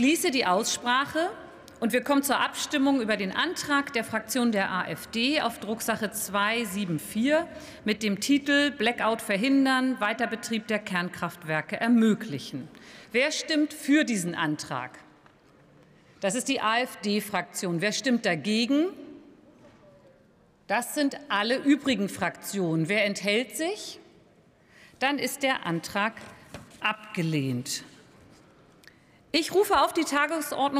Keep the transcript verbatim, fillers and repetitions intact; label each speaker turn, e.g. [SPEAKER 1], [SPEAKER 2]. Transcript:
[SPEAKER 1] schließe die Aussprache. Und wir kommen zur Abstimmung über den Antrag der Fraktion der AfD auf Drucksache zwei sieben vier mit dem Titel Blackout verhindern, Weiterbetrieb der Kernkraftwerke ermöglichen. Wer stimmt für diesen Antrag? Das ist die AfD-Fraktion. Wer stimmt dagegen? Das sind alle übrigen Fraktionen. Wer enthält sich? Dann ist der Antrag abgelehnt. Ich rufe auf die Tagesordnung